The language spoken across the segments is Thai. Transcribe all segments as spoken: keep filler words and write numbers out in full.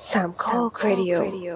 สามข้อครดิโอ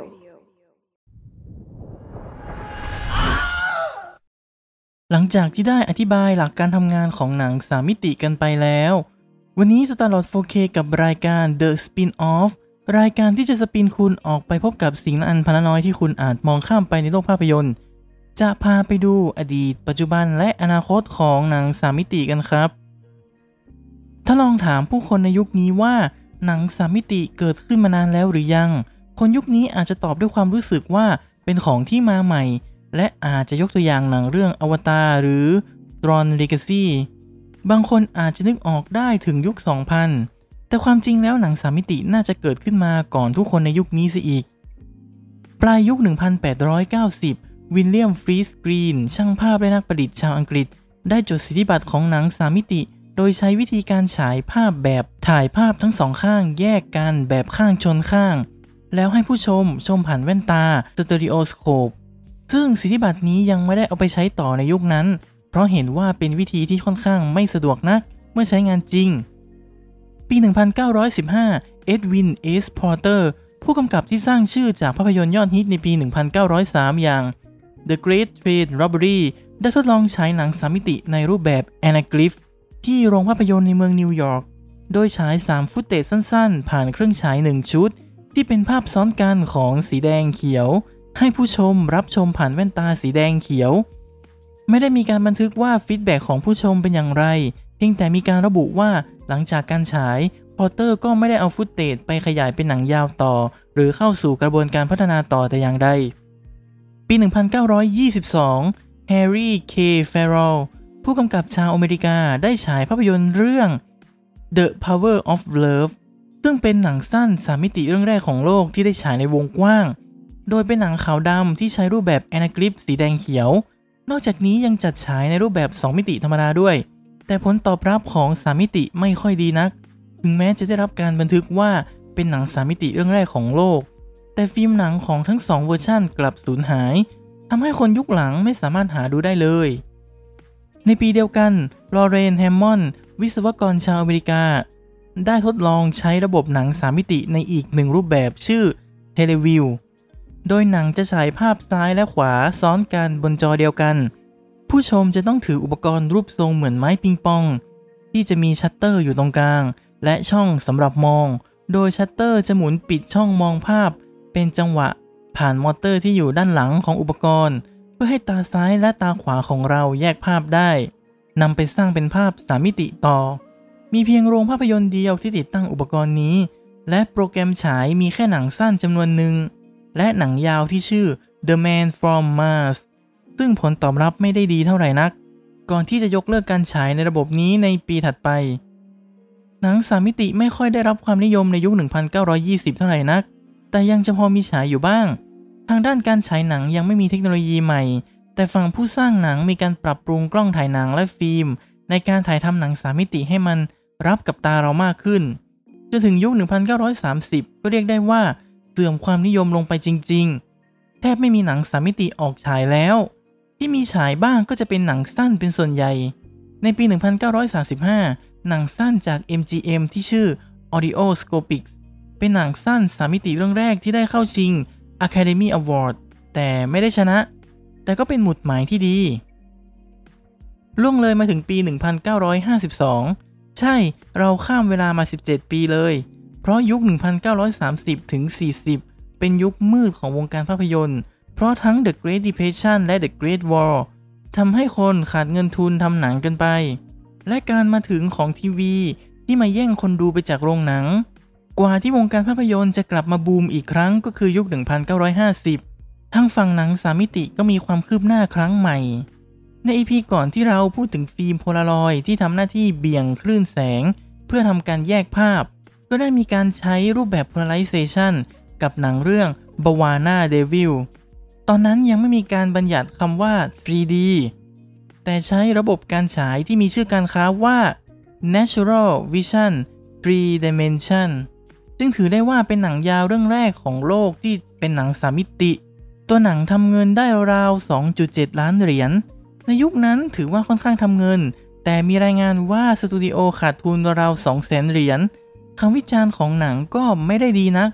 หลังจากที่ได้อธิบายหลักการทำงานของหนังสามมิติกันไปแล้ววันนี้ Starlord โฟร์ เค กับรายการ The Spin-Off รายการที่จะสปินคุณออกไปพบกับสิ่งอันพลน้อยที่คุณอาจมองข้ามไปในโลกภาพยนตร์จะพาไปดูอดีตปัจจุบันและอนาคตของหนังสามมิติกันครับถ้าลองถามผู้คนในยุคนี้ว่าหนังสามมิติเกิดขึ้นมานานแล้วหรือยังคนยุคนี้อาจจะตอบด้วยความรู้สึกว่าเป็นของที่มาใหม่และอาจจะยกตัวอย่างหนังเรื่องอวตารหรือ Tron Legacy บางคนอาจจะนึกออกได้ถึงยุค สองพัน แต่ความจริงแล้วหนังสามมิติน่าจะเกิดขึ้นมาก่อนทุกคนในยุคนี้ซะอีกปลายยุค หนึ่งพันแปดร้อยเก้าสิบ วิลเลียม ฟรีสกรีนช่างภาพและนักประดิษฐ์ชาวอังกฤษได้จดสิทธิบัตรของหนังสามมิติโดยใช้วิธีการฉายภาพแบบถ่ายภาพทั้งสองข้างแยกกันแบบข้างชนข้างแล้วให้ผู้ชมชมผ่านแว่นตาสเตอริโอสโคปซึ่งสิทธิบัตรนี้ยังไม่ได้เอาไปใช้ต่อในยุคนั้นเพราะเห็นว่าเป็นวิธีที่ค่อนข้างไม่สะดวกนักเมื่อใช้งานจริงปี หนึ่งพันเก้าร้อยสิบห้า เอ็ดวิน เอส พอร์เตอร์ผู้กำกับที่สร้างชื่อจากภาพยนตร์ยอดฮิตในปี หนึ่งพันเก้าร้อยสาม อย่าง The Great Train Robbery ได้ทดลองฉายหนังสามมิติในรูปแบบ Anaglyph ที่โรงภาพยนตร์ในเมืองนิวยอร์กโดยฉายสามฟุตเทจสั้นๆผ่านเครื่องฉายหนึ่งชุดที่เป็นภาพซ้อนกันของสีแดงเขียวให้ผู้ชมรับชมผ่านแว่นตาสีแดงเขียวไม่ได้มีการบันทึกว่าฟีดแบ็กของผู้ชมเป็นอย่างไรเพียงแต่มีการระบุว่าหลังจากการฉายพอร์เตอร์ก็ไม่ได้เอาฟุตเทจไปขยายเป็นหนังยาวต่อหรือเข้าสู่กระบวนการพัฒนาต่อแต่อย่างใดปี หนึ่งพันเก้าร้อยยี่สิบสอง แฮร์รี่ เค แฟรอลผู้กำกับชาวอเมริกาได้ฉายภาพยนตร์เรื่อง The Power of Love ซึ่งเป็นหนังสั้นสามมิติเรื่องแรกของโลกที่ได้ฉายในวงกว้างโดยเป็นหนังขาวดำที่ใช้รูปแบบ Anaglyph สีแดงเขียวนอกจากนี้ยังจัดฉายในรูปแบบสองมิติธรรมดาด้วยแต่ผลตอบรับของสามมิติไม่ค่อยดีนักถึงแม้จะได้รับการบันทึกว่าเป็นหนังสามมิติเรื่องแรกของโลกแต่ฟิล์มหนังของทั้งสองเวอร์ชันกลับสูญหายทำให้คนยุคหลังไม่สามารถหาดูได้เลยในปีเดียวกันลอเรน แฮมมอนด์วิศวกรชาวอเมริกาได้ทดลองใช้ระบบหนังสามมิติในอีกหนึ่งรูปแบบชื่อ Teleview โดยหนังจะฉายภาพซ้ายและขวาซ้อนกันบนจอเดียวกันผู้ชมจะต้องถืออุปกรณ์รูปทรงเหมือนไม้ปิงปองที่จะมีชัตเตอร์อยู่ตรงกลางและช่องสำหรับมองโดยชัตเตอร์จะหมุนปิดช่องมองภาพเป็นจังหวะผ่านมอเตอร์ที่อยู่ด้านหลังของอุปกรณ์เพื่อให้ตาซ้ายและตาขวาของเราแยกภาพได้นำไปสร้างเป็นภาพสามมิติต่อมีเพียงโรงภาพยนตร์เดียวที่ติดตั้งอุปกรณ์นี้และโปรแกรมฉายมีแค่หนังสั้นจำนวนหนึ่งและหนังยาวที่ชื่อ The Man from Mars ซึ่งผลตอบรับไม่ได้ดีเท่าไหร่นักก่อนที่จะยกเลิกการฉายในระบบนี้ในปีถัดไปหนังสามมิติไม่ค่อยได้รับความนิยมในยุค หนึ่งพันเก้าร้อยยี่สิบ เท่าไหร่นักแต่ยังจะพอมีฉายอยู่บ้างทางด้านการฉายหนังยังไม่มีเทคโนโลยีใหม่แต่ฝั่งผู้สร้างหนังมีการปรับปรุงกล้องถ่ายหนังและฟิล์มในการถ่ายทำหนังสามมิติให้มันรับกับตาเรามากขึ้นจนถึงยุค หนึ่งพันเก้าร้อยสามสิบ ก็เรียกได้ว่าเสื่อมความนิยมลงไปจริงๆแทบไม่มีหนังสามมิติออกฉายแล้วที่มีฉายบ้างก็จะเป็นหนังสั้นเป็นส่วนใหญ่ในปี หนึ่งพันเก้าร้อยสามสิบห้า หนังสั้นจาก เอ็ม จี เอ็ม ที่ชื่อ Audioscopics เป็นหนังสั้นสามมิติเรื่องแรกที่ได้เข้าชิง Academy Award แต่ไม่ได้ชนะแต่ก็เป็นหมุดหมายที่ดีล่วงเลยมาถึงปี หนึ่งพันเก้าร้อยห้าสิบสอง ใช่เราข้ามเวลามาสิบเจ็ดปีเลยเพราะยุค หนึ่งพันเก้าร้อยสามสิบถึงสี่สิบ เป็นยุคมืดของวงการภาพยนตร์เพราะทั้ง The Great Depression และ The Great War ทำให้คนขาดเงินทุนทำหนังกันไปและการมาถึงของทีวีที่มาแย่งคนดูไปจากโรงหนังกว่าที่วงการภาพยนตร์จะกลับมาบูมอีกครั้งก็คือยุค หนึ่งพันเก้าร้อยห้าสิบ ทางฝั่งหนังสามมิติก็มีความคืบหน้าครั้งใหม่ใน อี พี ก่อนที่เราพูดถึงฟิล์มโพลารอยด์ที่ทำหน้าที่เบี่ยงคลื่นแสงเพื่อทำการแยกภาพก็ได้มีการใช้รูปแบบ polarization กับหนังเรื่อง Bavana Devil ตอนนั้นยังไม่มีการบัญญัติคำว่า ทรี ดี แต่ใช้ระบบการฉายที่มีชื่อการค้าว่า Natural Vision Three Dimension ซึ่งถือได้ว่าเป็นหนังยาวเรื่องแรกของโลกที่เป็นหนังสามมิติตัวหนังทำเงินได้ราว สองจุดเจ็ด ล้านเหรียญในยุคนั้นถือว่าค่อนข้างทำเงินแต่มีรายงานว่าสตูดิโอขาดทุนราว สองแสน เหรียญคำวิจารณ์ของหนังก็ไม่ได้ดีนัก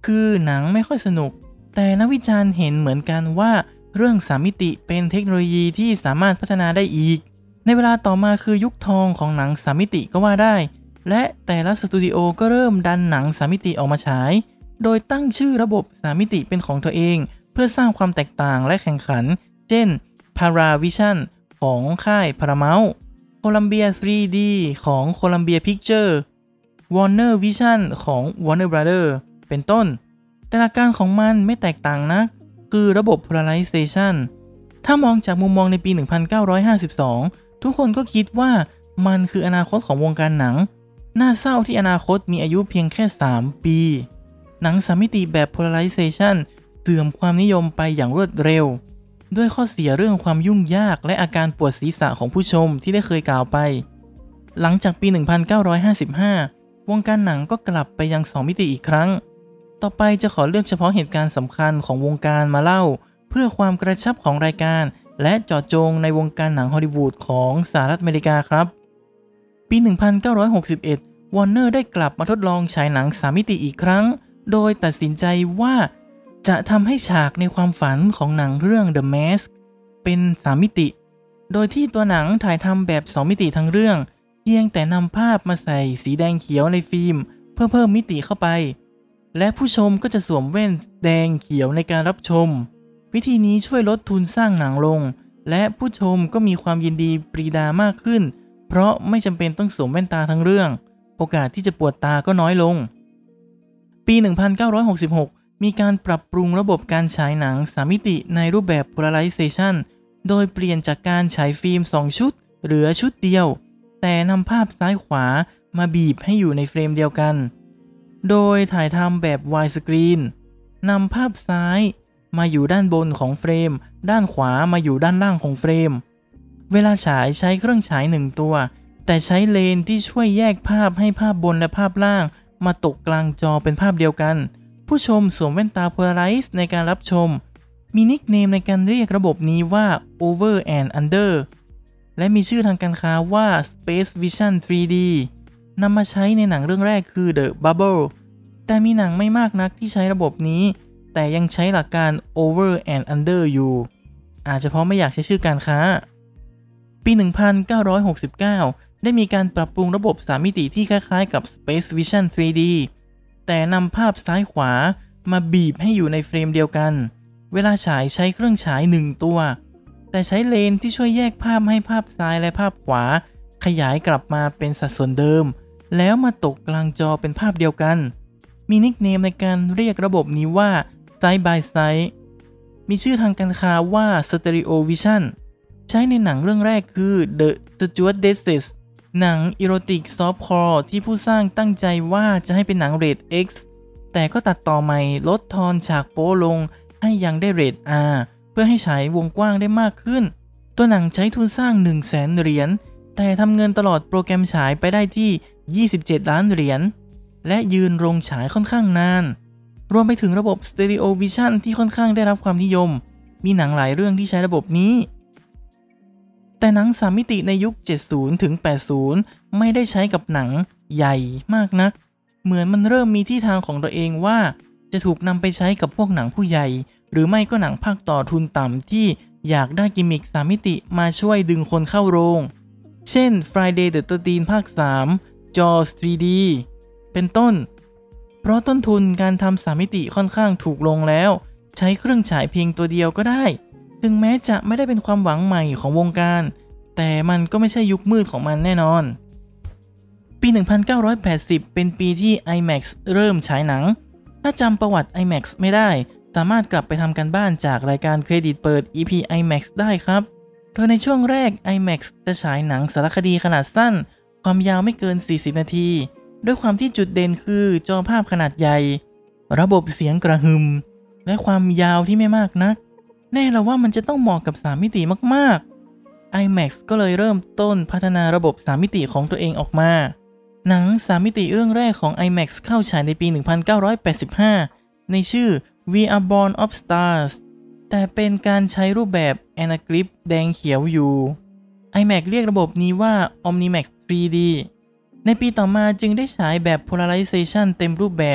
คือหนังไม่ค่อยสนุกแต่นักวิจารณ์เห็นเหมือนกันว่าเรื่องสามมิติเป็นเทคโนโลยีที่สามารถพัฒนาได้อีกในเวลาต่อมาคือยุคทองของหนังสามมิติก็ว่าได้และแต่ละสตูดิโอก็เริ่มดันหนังสามมิติออกมาฉายโดยตั้งชื่อระบบสามมิติเป็นของตัวเองเพื่อสร้างความแตกต่างและแข่งขันเช่น Paravision ของค่าย Paramount Columbia ทรี ดี ของ Columbia Pictures Warner Vision ของ Warner Brothers เป็นต้นแต่หลักการของมันไม่แตกต่างนักคือระบบ Polarization ถ้ามองจากมุมมองในปี หนึ่งพันเก้าร้อยห้าสิบสอง ทุกคนก็คิดว่ามันคืออนาคตของวงการหนังน่าเศร้าที่อนาคตมีอายุเพียงแค่สามปีหนังสามมิติแบบ Polarization เสื่อมความนิยมไปอย่างรวดเร็วด้วยข้อเสียเรื่องความยุ่งยากและอาการปวดศีรษะของผู้ชมที่ได้เคยกล่าวไปหลังจากปี หนึ่งพันเก้าร้อยห้าสิบห้า วงการหนังก็กลับไปยังสองมิติอีกครั้งต่อไปจะขอเลือกเฉพาะเหตุการณ์สำคัญของวงการมาเล่าเพื่อความกระชับของรายการและเจาะจงในวงการหนังฮอลลีวูดของสหรัฐอเมริกาครับปี หนึ่งพันเก้าร้อยหกสิบเอ็ด Warner ได้กลับมาทดลองฉายหนังสามมิติอีกครั้งโดยตัดสินใจว่าจะทำให้ฉากในความฝันของหนังเรื่อง The Mask เป็นสามมิติโดยที่ตัวหนังถ่ายทำแบบสองมิติทั้งเรื่องเพียงแต่นำภาพมาใส่สีแดงเขียวในฟิล์มเพื่อเพิ่มมิติเข้าไปและผู้ชมก็จะสวมแว่นแดงเขียวในการรับชมวิธีนี้ช่วยลดทุนสร้างหนังลงและผู้ชมก็มีความยินดีปรีดามากขึ้นเพราะไม่จำเป็นต้องสวมแว่นตาทั้งเรื่องโอกาสที่จะปวดตาก็น้อยลงปี หนึ่งพันเก้าร้อยหกสิบหก มีการปรับปรุงระบบการฉายหนังสามมิติในรูปแบบ Polarization โดยเปลี่ยนจากการฉายฟิล์มสองชุดเหลือชุดเดียวแต่นำภาพซ้ายขวามาบีบให้อยู่ในเฟรมเดียวกันโดยถ่ายทำแบบ Widescreen นำภาพซ้ายมาอยู่ด้านบนของเฟรมด้านขวามาอยู่ด้านล่างของเฟรมเวลาฉายใช้เครื่องฉายหนึ่งตัวแต่ใช้เลนส์ที่ช่วยแยกภาพให้ภาพบนและภาพล่างมาตกกลางจอเป็นภาพเดียวกันผู้ชมสวมแว่นตา Polarize ในการรับชมมีนิคเนมในการเรียกระบบนี้ว่า Over and Under และมีชื่อทางการค้าว่า Space Vision ทรี ดี นำมาใช้ในหนังเรื่องแรกคือ The Bubble แต่มีหนังไม่มากนักที่ใช้ระบบนี้แต่ยังใช้หลักการ Over and Under อยู่อาจจะเพราะไม่อยากใช้ชื่อการค้าปี หนึ่งพันเก้าร้อยหกสิบเก้า ได้มีการปรับปรุงระบบสามมิติที่คล้ายๆกับ Space Vision ทรี ดี แต่นำภาพซ้ายขวามาบีบให้อยู่ในเฟรมเดียวกันเวลาฉายใช้เครื่องฉายหนึ่งตัวแต่ใช้เลนส์ที่ช่วยแยกภาพให้ภาพซ้ายและภาพขวาขยายกลับมาเป็นสัดส่วนเดิมแล้วมาตกกลางจอเป็นภาพเดียวกันมีนิคเนมในการเรียกระบบนี้ว่า Side by Side มีชื่อทางการค้าว่า Stereo Vision ใช้ในหนังเรื่องแรกคือ The Stewardesses หนังอีโรติกซอฟต์คอร์ที่ผู้สร้างตั้งใจว่าจะให้เป็นหนังเรท X แต่ก็ตัดต่อใหม่ลดทอนฉากโป๊ลงให้ยังได้เรท R เพื่อให้ฉายวงกว้างได้มากขึ้นตัวหนังใช้ทุนสร้าง หนึ่งแสน เหรียญแต่ทำเงินตลอดโปรแกรมฉายไปได้ที่ยี่สิบเจ็ดล้านเหรียญและยืนโรงฉายค่อนข้างนานรวมไปถึงระบบ Stereo Vision ที่ค่อนข้างได้รับความนิยมมีหนังหลายเรื่องที่ใช้ระบบนี้แต่หนังสามมิติในยุคเจ็ดสิบถึงแปดสิบไม่ได้ใช้กับหนังใหญ่มากนักเหมือนมันเริ่มมีที่ทางของตัวเองว่าจะถูกนำไปใช้กับพวกหนังผู้ใหญ่หรือไม่ก็หนังภาคต่อทุนต่ำที่อยากได้กิมมิคสามมิติมาช่วยดึงคนเข้าโรงเช่น Friday the สิบสาม ภาค สาม Jaws ทรี ดี เป็นต้นเพราะต้นทุนการทำสามมิติค่อนข้างถูกลงแล้วใช้เครื่องฉายเพียงตัวเดียวก็ได้ถึงแม้จะไม่ได้เป็นความหวังใหม่ของวงการแต่มันก็ไม่ใช่ยุคมืดของมันแน่นอนปี หนึ่งพันเก้าร้อยแปดสิบ เป็นปีที่ IMAX เริ่มฉายหนังถ้าจำประวัติ IMAX ไม่ได้สามารถกลับไปทำกันบ้านจากรายการเครดิตเปิด อี พี IMAX ได้ครับโดยในช่วงแรก IMAX จะฉายหนังสารคดีขนาดสั้นความยาวไม่เกินสี่สิบนาทีด้วยความที่จุดเด่นคือจอภาพขนาดใหญ่ระบบเสียงกระหึ่มและความยาวที่ไม่มากนักแน่ละว่ามันจะต้องเหมาะกับสามมิติมากๆ IMAX ก็เลยเริ่มต้นพัฒนาระบบสามมิติของตัวเองออกมาหนังสามมิติเรื่องแรกของ IMAX เข้าฉายในปี หนึ่งพันเก้าร้อยแปดสิบห้า ในชื่อ We Are Born of Stars แต่เป็นการใช้รูปแบบ Anaglyph แดงเขียวอยู่ IMAX เรียกระบบนี้ว่า Omnimax ทรี ดี ในปีต่อมาจึงได้ฉายแบบ Polarization เต็มรูปแบบ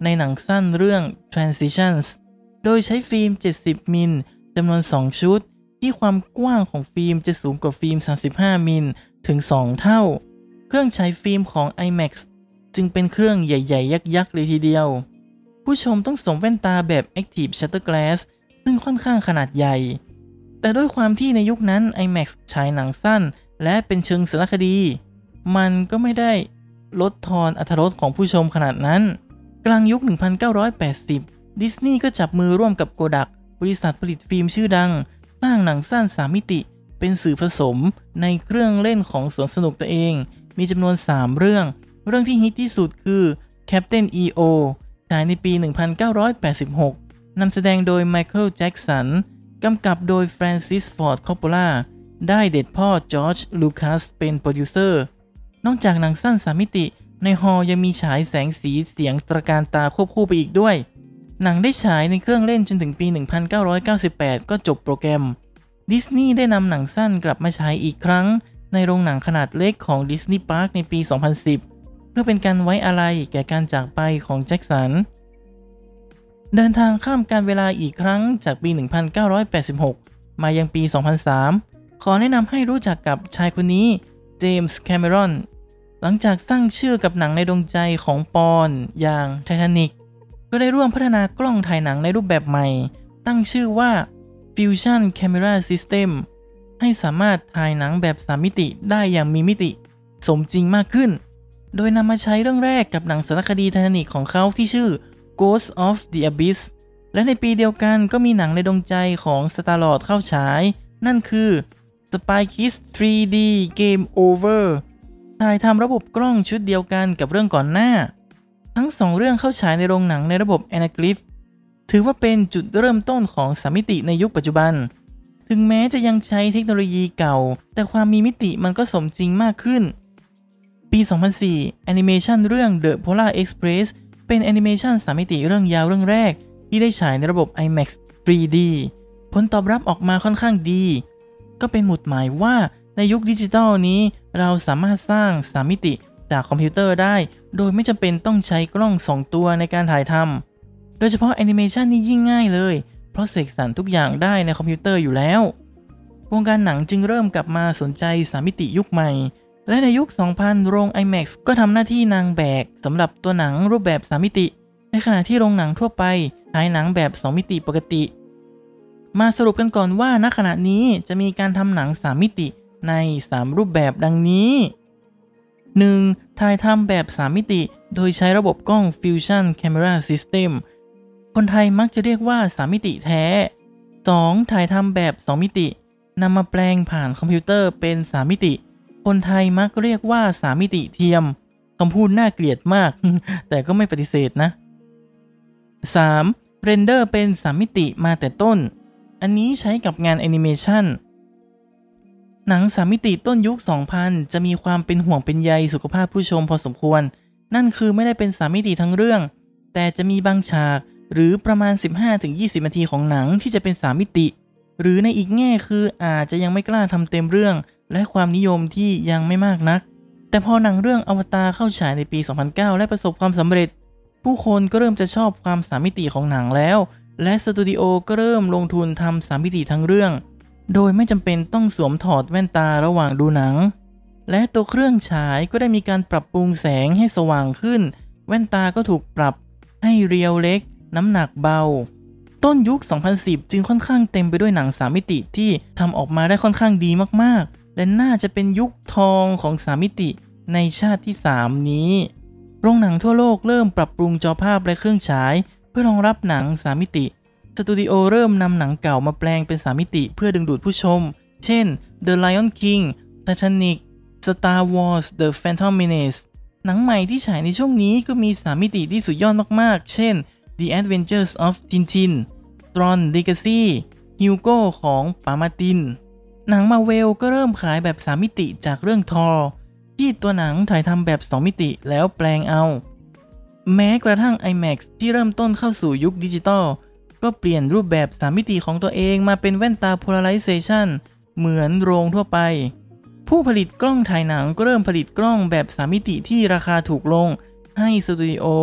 ในหนังสั้นเรื่อง Transitions โดยใช้ฟิล์มเจ็ดสิบมิลจำนวนสองชุดที่ความกว้างของฟิล์มจะสูงกว่าฟิล์มสามสิบห้ามิลถึงสองเท่าเครื่องฉายฟิล์มของ ไอแม็กซ์ จึงเป็นเครื่องใหญ่ๆยักษ์ๆเลยทีเดียวผู้ชมต้องสวมแว่นตาแบบ Active Shutter Glass ซึ่งค่อนข้างขนาดใหญ่แต่ด้วยความที่ในยุคนั้น ไอแม็กซ์ ฉายหนังสั้นและเป็นเชิงสารคดีมันก็ไม่ได้ลดทอนอรรถรสของผู้ชมขนาดนั้นกลางยุค หนึ่งพันเก้าร้อยแปดสิบ ดิสนีย์ก็จับมือร่วมกับโกดักบริษัทผลิตฟิล์มชื่อดังสร้างหนังสั้นสามมิติเป็นสื่อผสมในเครื่องเล่นของสวนสนุกตัวเองมีจำนวนสามเรื่องเรื่องที่ฮิตที่สุดคือ Captain อี โอ ฉายในปี หนึ่งพันเก้าร้อยแปดสิบหก นำแสดงโดยไมเคิล แจ็กสันกำกับโดยแฟรนซิส ฟอร์ด คอปโปล่าได้เด็ดพ่อจอร์จ ลูคัสเป็นโปรดิวเซอร์นอกจากหนังสั้นสามมิติในฮอลล์ยังมีฉายแสงสีเสียงตระการตาควบคู่ไปอีกด้วยหนังได้ฉายในเครื่องเล่นจนถึงปี หนึ่งพันเก้าร้อยเก้าสิบแปด ก็จบโปรแกรมดิสนีย์ได้นำหนังสั้นกลับมาฉายอีกครั้งในโรงหนังขนาดเล็กของดิสนีย์พาร์คในปี สองพันสิบ เพื่อเป็นการไว้อาลัยแก่การจากไปของแจ็คสันเดินทางข้ามการเวลาอีกครั้งจากปี หนึ่งพันเก้าร้อยแปดสิบหก มายังปี สองพันสาม ขอแนะนำให้รู้จักกับชายคนนี้เจมส์ แคมเมรอนหลังจากสร้างชื่อกับหนังในดวงใจของปอนอย่างไททานิกก็ได้ร่วมพัฒนากล้องถ่ายหนังในรูปแบบใหม่ตั้งชื่อว่า Fusion Camera System ให้สามารถถ่ายหนังแบบสามมิติได้อย่างมีมิติสมจริงมากขึ้นโดยนำมาใช้เรื่องแรกกับหนังสารคดีไททานิกของเขาที่ชื่อ Ghost of the Abyss และในปีเดียวกันก็มีหนังในดวงใจของ Star-Lord เข้าฉายนั่นคือ Spy Kids ทรี ดี Game Over ถ่ายทำระบบกล้องชุดเดียวกันกับเรื่องก่อนหน้าทั้งสองเรื่องเข้าฉายในโรงหนังในระบบ Anaglyph ถือว่าเป็นจุดเริ่มต้นของสามมิติในยุคปัจจุบันถึงแม้จะยังใช้เทคโนโลยีเก่าแต่ความมีมิติมันก็สมจริงมากขึ้นปี สองพันสี่ แอนิเมชันเรื่อง The Polar Express เป็นแอนิเมชันสามมิติเรื่องยาวเรื่องแรกที่ได้ฉายในระบบ ไอแม็กซ์ ทรี ดี ผลตอบรับออกมาค่อนข้างดีก็เป็นหมุดหมายว่าในยุคดิจิทัลนี้เราสามารถสร้างสามมิติจากคอมพิวเตอร์ได้โดยไม่จำเป็นต้องใช้กล้องสองตัวในการถ่ายทำโดยเฉพาะแอนิเมชันนี่ยิ่งง่ายเลยเพราะเสกสรรทุกอย่างได้ในคอมพิวเตอร์อยู่แล้ววงการหนังจึงเริ่มกลับมาสนใจสามมิติยุคใหม่และในยุค สองพัน โรง ไอแม็กซ์ ก็ทำหน้าที่นางแบกสำหรับตัวหนังรูปแบบสามมิติในขณะที่โรงหนังทั่วไปฉายหนังแบบสองมิติปกติมาสรุปกันก่อนว่าณขณะนี้จะมีการทำหนังสามมิติในสามรูปแบบดังนี้ หนึ่ง ถ่ายทำแบบสามมิติโดยใช้ระบบกล้อง Fusion Camera System คนไทยมักจะเรียกว่าสามมิติแท้ สอง ถ่ายทำแบบสองมิตินำมาแปลงผ่านคอมพิวเตอร์เป็นสามมิติคนไทยมักเรียกว่าสามมิติเทียมคำพูดน่าเกลียดมาก แต่ก็ไม่ปฏิเสธนะ สาม เรนเดอร์เป็นสามมิติมาแต่ต้นอันนี้ใช้กับงานแอนิเมชันหนังสามมิติต้นยุค สองพัน จะมีความเป็นห่วงเป็นใยสุขภาพผู้ชมพอสมควรนั่นคือไม่ได้เป็นสามมิติทั้งเรื่องแต่จะมีบางฉากหรือประมาณ สิบห้าถึงยี่สิบ นาทีของหนังที่จะเป็นสามมิติหรือในอีกแง่คืออาจจะยังไม่กล้าทำเต็มเรื่องและความนิยมที่ยังไม่มากนักแต่พอหนังเรื่องอวตารเข้าฉายในปี สองพันเก้า และประสบความสำเร็จผู้คนก็เริ่มจะชอบความสามมิติของหนังแล้วและสตูดิโอก็เริ่มลงทุนทำสามมิติทั้งเรื่องโดยไม่จำเป็นต้องสวมถอดแว่นตาระหว่างดูหนังและตัวเครื่องฉายก็ได้มีการปรับปรุงแสงให้สว่างขึ้นแว่นตาก็ถูกปรับให้เรียวเล็กน้ำหนักเบาต้นยุค สองพันสิบ จึงค่อนข้างเต็มไปด้วยหนังสามมิติที่ทำออกมาได้ค่อนข้างดีมากๆและน่าจะเป็นยุคทองของสามมิติในชาติที่สามนี้โรงหนังทั่วโลกเริ่มปรับปรุงจอภาพและเครื่องฉายเพื่อรองรับหนังสามมิติสตูดิโอเริ่มนำหนังเก่ามาแปลงเป็นสามมิติเพื่อดึงดูดผู้ชมเช่น The Lion King Titanic Star Wars The Phantom Menace หนังใหม่ที่ฉายในช่วงนี้ก็มีสามมิติที่สุดยอดมากๆเช่น The Adventures of Tintin Tron Legacy Hugo ของปามาตินหนังมาเวลก็เริ่มขายแบบสามมิติจากเรื่องทอร์ที่ตัวหนังถ่ายทำแบบสองมิติแล้วแปลงเอาแม้กระทั่ง ไอแม็กซ์ ที่เริ่มต้นเข้าสู่ยุคดิจิตอลก็เปลี่ยนรูปแบบสามมิติของตัวเองมาเป็นแว่นตา Polarization เหมือนโรงทั่วไปผู้ผลิตกล้องถ่ายหนังก็เริ่มผลิตกล้องแบบสามมิติที่ราคาถูกลงให้สตูดิโอ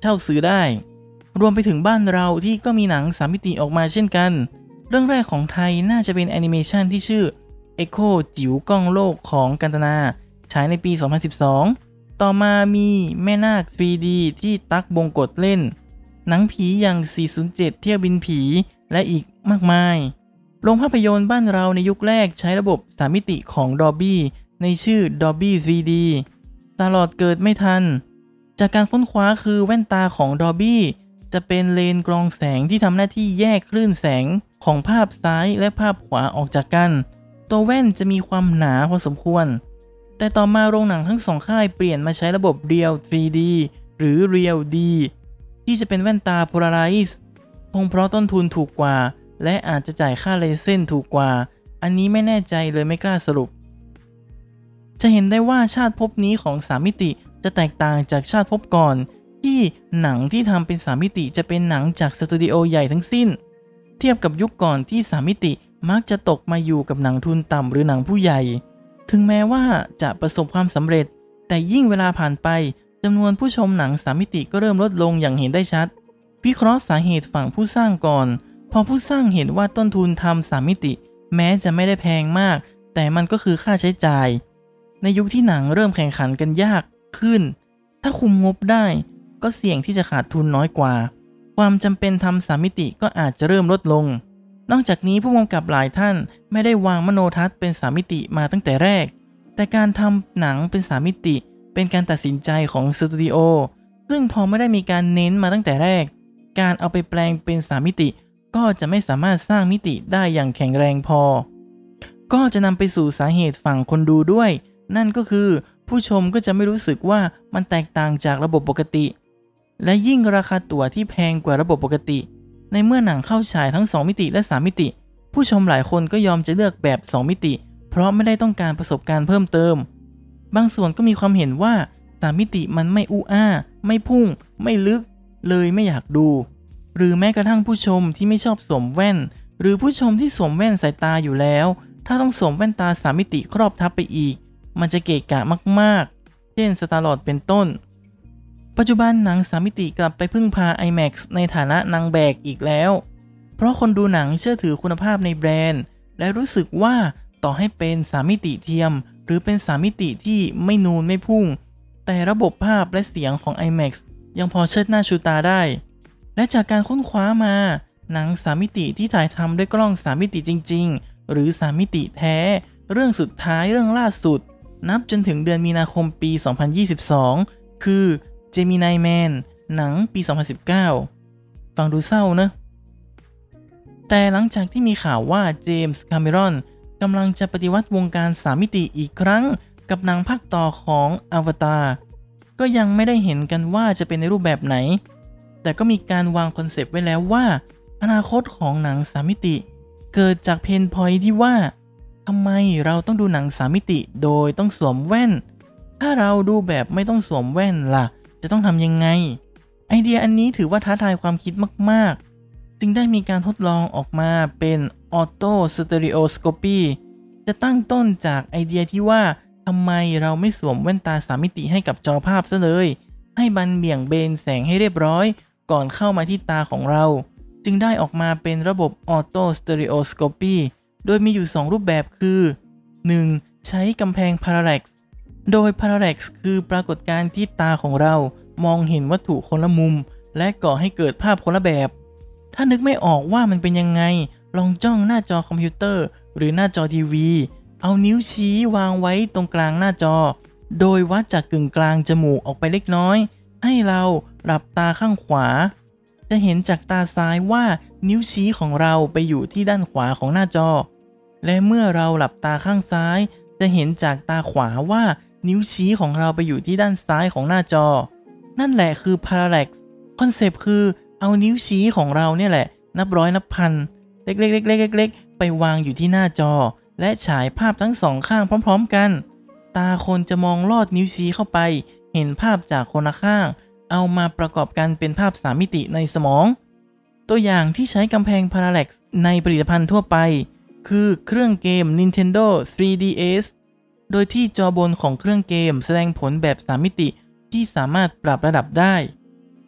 เช่าซื้อได้รวมไปถึงบ้านเราที่ก็มีหนังสามมิติออกมาเช่นกันเรื่องแรกของไทยน่าจะเป็นแอนิเมชันที่ชื่อ Echo จิ๋วกล้องโลกของกันตนาฉายในปี สองพันสิบสอง ต่อมามีแม่นาค ทรี ดี ที่ตั๊กบงกฎเล่นหนังผีอย่าง สี่ศูนย์เจ็ด เที่ยวบินผีและอีกมากมายโรงภาพยนตร์บ้านเราในยุคแรกใช้ระบบสามมิติของ Dolby ในชื่อ Dolby ทรี ดี ตลอดเกิดไม่ทันจากการค้นคว้าคือแว่นตาของ Dolby จะเป็นเลนส์กรองแสงที่ทำหน้าที่แยกคลื่นแสงของภาพซ้ายและภาพขวาออกจากกันตัวแว่นจะมีความหนาพอสมควรแต่ต่อมาโรงหนังทั้งสองค่ายเปลี่ยนมาใช้ระบบ Real ทรี ดี หรือ Real D ที่จะเป็นแว่นตา Polarize คงเพราะต้นทุนถูกกว่าและอาจจะจ่ายค่าเลเซนถูกกว่าอันนี้ไม่แน่ใจเลยไม่กล้าสรุปจะเห็นได้ว่าชาติภพนี้ของสามมิติจะแตกต่างจากชาติภพก่อนที่หนังที่ทำเป็นสามมิติจะเป็นหนังจากสตูดิโอใหญ่ทั้งสิ้นเทียบกับยุคก่อนที่สามมิติมักจะตกมาอยู่กับหนังทุนต่ำหรือหนังผู้ใหญ่ถึงแม้ว่าจะประสบความสำเร็จแต่ยิ่งเวลาผ่านไปจำนวนผู้ชมหนังสามมิติก็เริ่มลดลงอย่างเห็นได้ชัดวิเคราะห์สาเหตุฝั่งผู้สร้างก่อนพอผู้สร้างเห็นว่าต้นทุนทำสามมิติแม้จะไม่ได้แพงมากแต่มันก็คือค่าใช้จ่ายในยุคที่หนังเริ่มแข่งขันกันยากขึ้นถ้าคุมงบได้ก็เสี่ยงที่จะขาดทุนน้อยกว่าความจำเป็นทำสามมิติก็อาจจะเริ่มลดลงนอกจากนี้ผู้กำกับหลายท่านไม่ได้วางมโนทัศน์เป็นสามมิติมาตั้งแต่แรกแต่การทำหนังเป็นสามมิติเป็นการตัดสินใจของสตูดิโอซึ่งพอไม่ได้มีการเน้นมาตั้งแต่แรกการเอาไปแปลงเป็นสามมิติก็จะไม่สามารถสร้างมิติได้อย่างแข็งแรงพอก็จะนำไปสู่สาเหตุฝั่งคนดูด้วยนั่นก็คือผู้ชมก็จะไม่รู้สึกว่ามันแตกต่างจากระบบปกติและยิ่งราคาตั๋วที่แพงกว่าระบบปกติในเมื่อหนังเข้าฉายทั้งสองมิติและสามมิติผู้ชมหลายคนก็ยอมจะเลือกแบบสองมิติเพราะไม่ได้ต้องการประสบการณ์เพิ่มเติมบางส่วนก็มีความเห็นว่าสามมิติมันไม่อู้อ้าไม่พุ่งไม่ลึกเลยไม่อยากดูหรือแม้กระทั่งผู้ชมที่ไม่ชอบสวมแว่นหรือผู้ชมที่สวมแว่นสายตาอยู่แล้วถ้าต้องสวมแว่นตาสามมิติครอบทับไปอีกมันจะเกะกะมากๆเช่น Star Lord เป็นต้นปัจจุบันหนังสามมิติกลับไปพึ่งพา ไอแม็กซ์ ในฐานะนางแบกอีกแล้วเพราะคนดูหนังเชื่อถือคุณภาพในแบรนด์และรู้สึกว่าต่อให้เป็นสามมิติเทียมหรือเป็นสามมิติที่ไม่นูนไม่พุ่งแต่ระบบภาพและเสียงของ ไอแม็กซ์ ยังพอเชิดหน้าชูตาได้และจากการค้นคว้ามาหนังสามมิติที่ถ่ายทำด้วยกล้องสามมิติจริงๆหรือสามมิติแท้เรื่องสุดท้ายเรื่องล่าสุดนับจนถึงเดือนมีนาคมปี สองพันยี่สิบสอง คือ Gemini Man หนังปี สองพันสิบเก้า ฟังดูเศร้านะแต่หลังจากที่มีข่าวว่าเจมส์ คาเมรอนกำลังจะปฏิวัติวงการสามมิติอีกครั้งกับหนังภาคต่อของ Avatar ก็ยังไม่ได้เห็นกันว่าจะเป็นในรูปแบบไหนแต่ก็มีการวางคอนเซปต์ไว้แล้วว่าอนาคตของหนังสามมิติเกิดจากเพนพอยท์ที่ว่าทำไมเราต้องดูหนังสามมิติโดยต้องสวมแว่นถ้าเราดูแบบไม่ต้องสวมแว่นล่ะจะต้องทำยังไงไอเดียอันนี้ถือว่าท้าทายความคิดมากๆจึงได้มีการทดลองออกมาเป็นออโต้สเตอริโอสโคปีจะตั้งต้นจากไอเดียที่ว่าทำไมเราไม่สวมแว่นตาสามมิติให้กับจอภาพซะเลยให้บันเบี่ยงเบนแสงให้เรียบร้อยก่อนเข้ามาที่ตาของเราจึงได้ออกมาเป็นระบบออโต้สเตอริโอสโคปีโดยมีอยู่สองรูปแบบคือ หนึ่ง ใช้กำแพง Parallax โดย Parallax คือปรากฏการณ์ที่ตาของเรามองเห็นวัตถุคนละมุมและก่อให้เกิดภาพคนละแบบถ้านึกไม่ออกว่ามันเป็นยังไงลองจ้องหน้าจอคอมพิวเตอร์หรือหน้าจอทีวีเอานิ้วชี้วางไว้ตรงกลางหน้าจอโดยวัดจากกึ่งกลางจมูกออกไปเล็กน้อยให้เราหลับตาข้างขวาจะเห็นจากตาซ้ายว่านิ้วชี้ของเราไปอยู่ที่ด้านขวาของหน้าจอและเมื่อเราหลับตาข้างซ้ายจะเห็นจากตาขวาว่านิ้วชี้ของเราไปอยู่ที่ด้านซ้ายของหน้าจอนั่นแหละคือ Parallax คอนเซปต์คือเอานิ้วชี้ของเราเนี่ยแหละนับร้อยนับพันเล็กๆๆๆๆไปวางอยู่ที่หน้าจอและฉายภาพทั้งสองข้างพร้อมๆกันตาคนจะมองลอดนิ้วชี้เข้าไปเห็นภาพจากคนละข้างเอามาประกอบกันเป็นภาพสามมิติในสมองตัวอย่างที่ใช้กำแพง Parallax ในผลิตภัณฑ์ทั่วไปคือเครื่องเกม Nintendo ทรี ดี เอส โดยที่จอบนของเครื่องเกมแสดงผลแบบสามมิติที่สามารถปรับระดับได้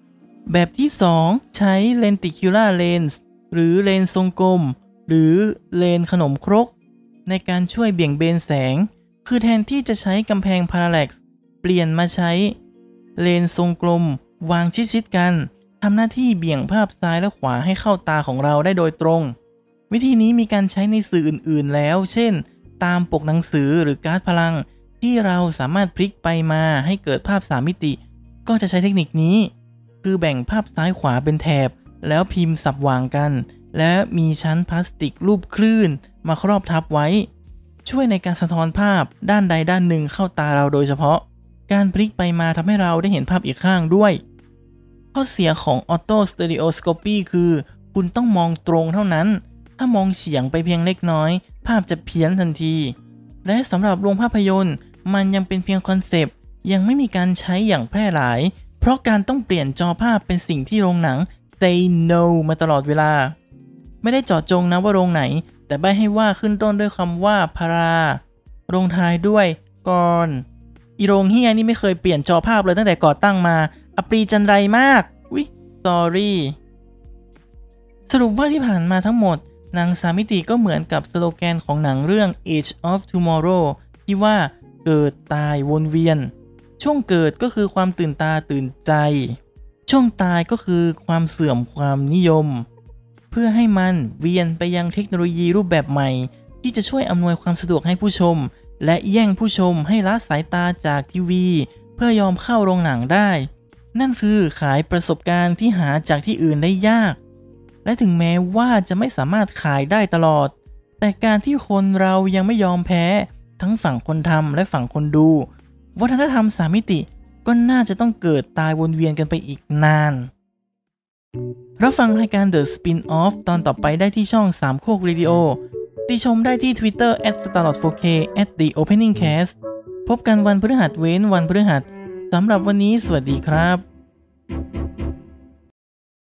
แบบที่สองใช้ lenticular lens หรือเลนส์ทรงกลมหรือเลนส์ขนมครกในการช่วยเบี่ยงเบนแสงคือแทนที่จะใช้กำแพง parallax เปลี่ยนมาใช้เลนส์ทรงกลมวางชิดๆกันทำหน้าที่เบี่ยงภาพซ้ายและขวาให้เข้าตาของเราได้โดยตรงวิธีนี้มีการใช้ในสื่ออื่นๆแล้วเช่นตามปกหนังสือหรือการ์ดพลังที่เราสามารถพลิกไปมาให้เกิดภาพสามมิติก็จะใช้เทคนิคนี้คือแบ่งภาพซ้ายขวาเป็นแถบแล้วพิมพ์สับวางกันและมีชั้นพลาสติกรูปคลื่นมาครอบทับไว้ช่วยในการสะท้อนภาพด้านใดด้านหนึ่งเข้าตาเราโดยเฉพาะการพลิกไปมาทำให้เราได้เห็นภาพอีกข้างด้วยข้อเสียของ Auto Stereoscopy คือคุณต้องมองตรงเท่านั้นถ้ามองเฉียงไปเพียงเล็กน้อยภาพจะเพี้ยนทันทีและสำหรับโรงภาพยนตร์มันยังเป็นเพียงคอนเซปต์ยังไม่มีการใช้อย่างแพร่หลายเพราะการต้องเปลี่ยนจอภาพเป็นสิ่งที่โรงหนัง say no มาตลอดเวลาไม่ได้เจาะจงนะว่าโรงไหนแต่ใบ้ให้ว่าขึ้นต้นด้วยคำว่าพาราโรงท้ายด้วยกรอีโรงเฮียนี่ไม่เคยเปลี่ยนจอภาพเลยตั้งแต่ก่อตั้งมาอปรีจันไรมากวิสอรี่สรุปว่าที่ผ่านมาทั้งหมดหนังสามมิติก็เหมือนกับสโลแกนของหนังเรื่อง Age of Tomorrow ที่ว่าเกิดตายวนเวียนช่วงเกิดก็คือความตื่นตาตื่นใจช่วงตายก็คือความเสื่อมความนิยมเพื่อให้มันเวียนไปยังเทคโนโลยีรูปแบบใหม่ที่จะช่วยอำนวยความสะดวกให้ผู้ชมและแย่งผู้ชมให้ละสายตาจากทีวีเพื่อยอมเข้าโรงหนังได้นั่นคือขายประสบการณ์ที่หาจากที่อื่นได้ยากและถึงแม้ว่าจะไม่สามารถขายได้ตลอดแต่การที่คนเรายังไม่ยอมแพ้ทั้งฝั่งคนทำและฝั่งคนดูวัฒนธรรมสามมิติก็น่าจะต้องเกิดตายวนเวียนกันไปอีกนานรับฟังรายการ The Spin-off ตอนต่อไปได้ที่ช่องสามโคกเรดิโอติชมได้ที่ Twitter แอท สตาร์ลอร์ด โฟร์เค แอท เดอะ โอเพนนิ่งแคสต์ พบกันวันพฤหัสเว้นวันพฤหัสสำหรับวันนี้สวัสดีครับ